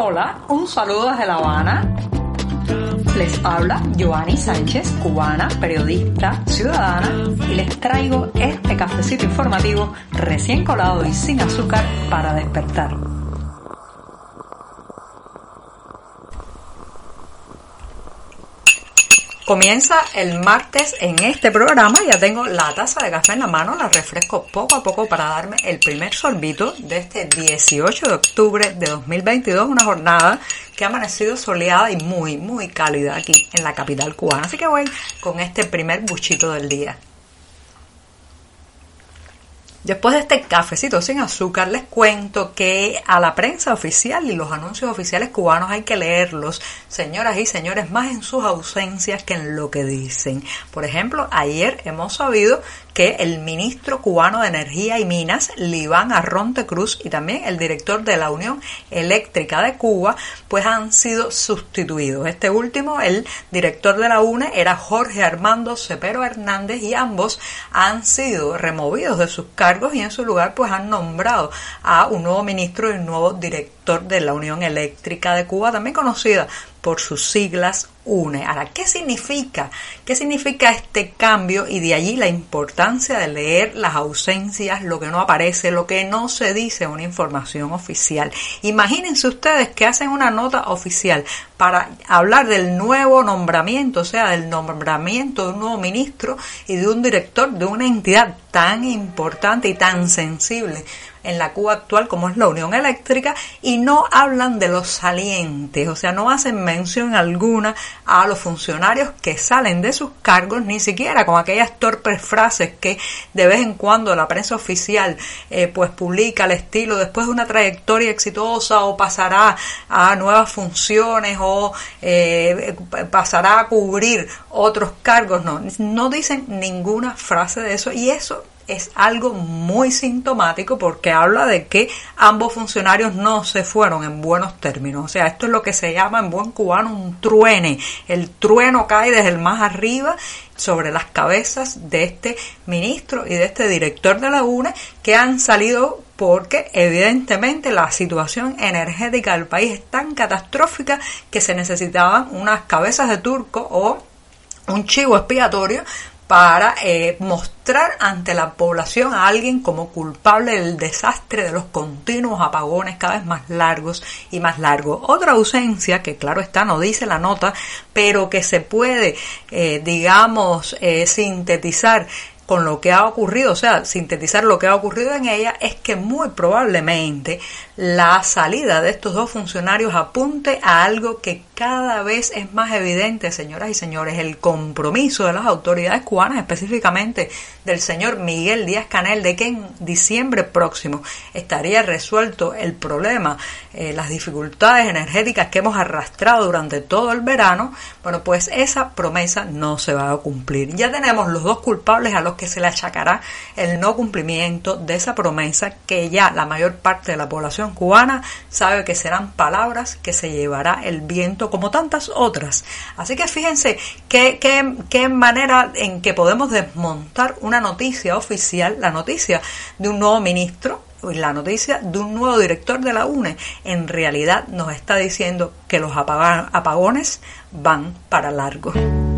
Hola, un saludo desde La Habana. Les habla Joanny Sánchez, cubana, periodista, ciudadana, y les traigo este cafecito informativo recién colado y sin azúcar para despertar. Comienza el martes en este programa, ya tengo la taza de café en la mano, la refresco poco a poco para darme el primer sorbito de este 18 de octubre de 2022, una jornada que ha amanecido soleada y muy cálida aquí en la capital cubana, así que voy con este primer buchito del día. Después de este cafecito sin azúcar, les cuento que a la prensa oficial y los anuncios oficiales cubanos hay que leerlos, señoras y señores, más en sus ausencias que en lo que dicen. Por ejemplo, ayer hemos sabido que el ministro cubano de Energía y Minas, Liván Arronte Cruz, y también el director de la Unión Eléctrica de Cuba, pues han sido sustituidos. Este último, el director de la UNE, era Jorge Armando Cepero Hernández, y ambos han sido removidos de sus cargos y en su lugar pues han nombrado a un nuevo ministro y un nuevo director de la Unión Eléctrica de Cuba, también conocida por sus siglas UNE. Ahora, ¿qué significa? ¿Qué significa este cambio? Y de allí la importancia de leer las ausencias, lo que no aparece, lo que no se dice en una información oficial. Imagínense ustedes que hacen una nota oficial para hablar del nuevo nombramiento, o sea, del nombramiento de un nuevo ministro y de un director de una entidad tan importante y tan sensible en la Cuba actual como es la Unión Eléctrica, y no hablan de los salientes, o sea, no hacen mención alguna a los funcionarios que salen de sus cargos, ni siquiera con aquellas torpes frases que de vez en cuando la prensa oficial pues publica al estilo después de una trayectoria exitosa o pasará a nuevas funciones o pasará a cubrir otros cargos. No dicen ninguna frase de eso, y eso es algo muy sintomático porque habla de que ambos funcionarios no se fueron en buenos términos. O sea, esto es lo que se llama en buen cubano un truene. El trueno cae desde el más arriba sobre las cabezas de este ministro y de este director de la UNE, que han salido porque evidentemente la situación energética del país es tan catastrófica que se necesitaban unas cabezas de turco o un chivo expiatorio para mostrar ante la población a alguien como culpable del desastre de los continuos apagones cada vez más largos y más largos. Otra ausencia que claro está, no dice la nota, pero que se puede, sintetizar con lo que ha ocurrido, o sea, sintetizar lo que ha ocurrido en ella, es que muy probablemente la salida de estos dos funcionarios apunte a algo que cada vez es más evidente, señoras y señores: el compromiso de las autoridades cubanas, específicamente del señor Miguel Díaz-Canel, de que en diciembre próximo estaría resuelto el problema, las dificultades energéticas que hemos arrastrado durante todo el verano. Bueno, pues esa promesa no se va a cumplir. Ya tenemos los dos culpables a los que se le achacará el no cumplimiento de esa promesa, que ya la mayor parte de la población cubana sabe que serán palabras que se llevará el viento, como tantas otras. Así que fíjense qué manera en que podemos desmontar una noticia oficial, la noticia de un nuevo ministro, la noticia de un nuevo director de la UNE, en realidad nos está diciendo que los apagones van para largo.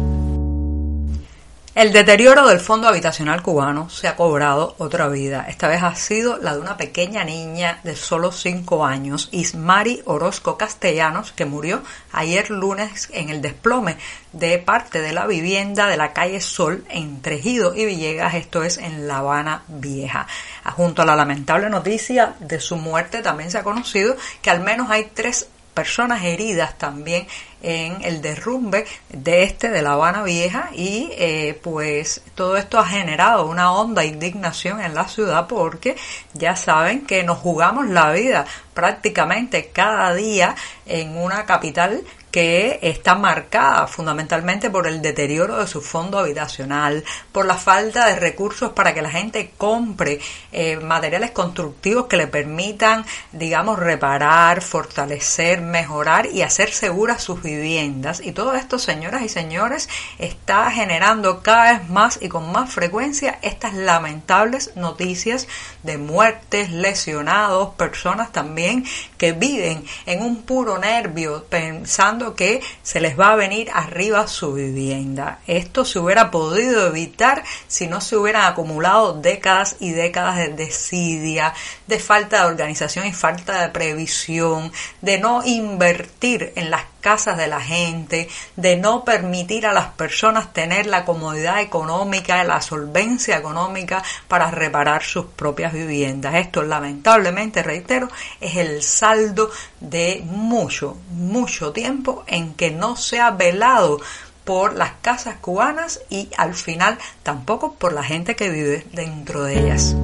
El deterioro del fondo habitacional cubano se ha cobrado otra vida. Esta vez ha sido la de una pequeña niña de solo 5 años, Ismari Orozco Castellanos, que murió ayer lunes en el desplome de parte de la vivienda de la calle Sol entre Ejido y Villegas, esto es en La Habana Vieja. Junto a la lamentable noticia de su muerte, también se ha conocido que al menos hay 3 personas heridas también en el derrumbe de La Habana Vieja, y pues todo esto ha generado una honda indignación en la ciudad, porque ya saben que nos jugamos la vida prácticamente cada día en una capital que está marcada fundamentalmente por el deterioro de su fondo habitacional, por la falta de recursos para que la gente compre materiales constructivos que le permitan, digamos, reparar, fortalecer, mejorar y hacer seguras sus viviendas. Y todo esto, señoras y señores, está generando cada vez más y con más frecuencia estas lamentables noticias de muertes, lesionados, personas también que viven en un puro nervio pensando que se les va a venir arriba su vivienda. Esto se hubiera podido evitar si no se hubieran acumulado décadas y décadas de desidia, de falta de organización y falta de previsión, de no invertir en las casas de la gente, de no permitir a las personas tener la comodidad económica, la solvencia económica para reparar sus propias viviendas. Esto, lamentablemente, reitero, es el saldo de mucho tiempo en que no se ha velado por las casas cubanas y al final tampoco por la gente que vive dentro de ellas.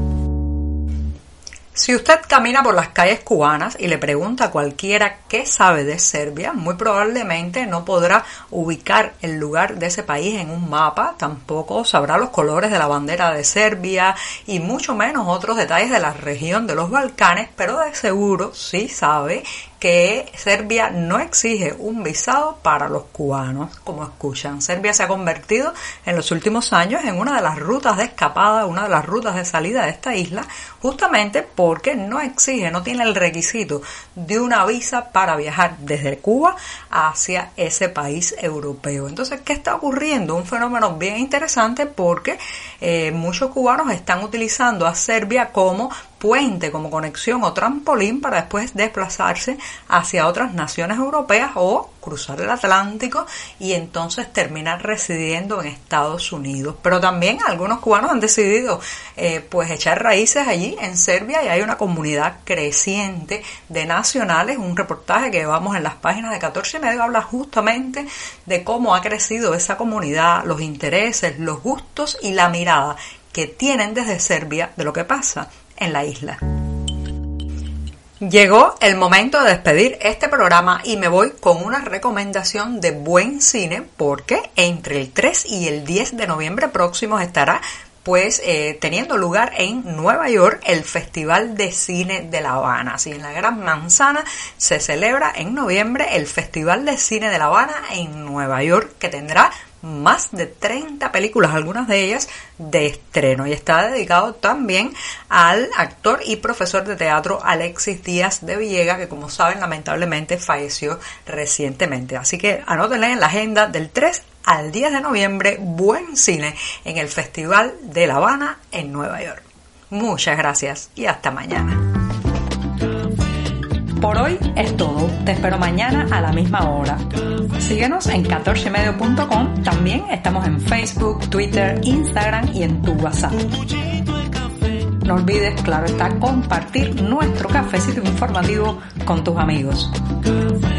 Si usted camina por las calles cubanas y le pregunta a cualquiera qué sabe de Serbia, muy probablemente no podrá ubicar el lugar de ese país en un mapa, tampoco sabrá los colores de la bandera de Serbia y mucho menos otros detalles de la región de los Balcanes, pero de seguro sí sabe que Serbia no exige un visado para los cubanos. Como escuchan, Serbia se ha convertido en los últimos años en una de las rutas de escapada, una de las rutas de salida de esta isla, justamente porque no exige, no tiene el requisito de una visa para viajar desde Cuba hacia ese país europeo. Entonces, ¿qué está ocurriendo? Un fenómeno bien interesante porque muchos cubanos están utilizando a Serbia como puente, como conexión o trampolín para después desplazarse hacia otras naciones europeas o cruzar el Atlántico y entonces terminar residiendo en Estados Unidos. Pero también algunos cubanos han decidido pues echar raíces allí en Serbia y hay una comunidad creciente de nacionales. Un reportaje que vamos en las páginas de 14 y medio habla justamente de cómo ha crecido esa comunidad, los intereses, los gustos y la mirada que tienen desde Serbia de lo que pasa en la isla. Llegó el momento de despedir este programa y me voy con una recomendación de buen cine porque entre el 3 y el 10 de noviembre próximos estará teniendo lugar en Nueva York el Festival de Cine de La Habana. Así en la Gran Manzana se celebra en noviembre el Festival de Cine de La Habana en Nueva York, que tendrá más de 30 películas, algunas de ellas de estreno, y está dedicado también al actor y profesor de teatro Alexis Díaz de Villegas, que como saben lamentablemente falleció recientemente. Así que anótenle en la agenda del 3 al 10 de noviembre, buen cine en el Festival de La Habana en Nueva York. Muchas gracias y hasta mañana. Por hoy es todo. Te espero mañana a la misma hora. Síguenos en 14medio.com. También estamos en Facebook, Twitter, Instagram y en tu WhatsApp. No olvides, claro está, compartir nuestro cafecito informativo con tus amigos.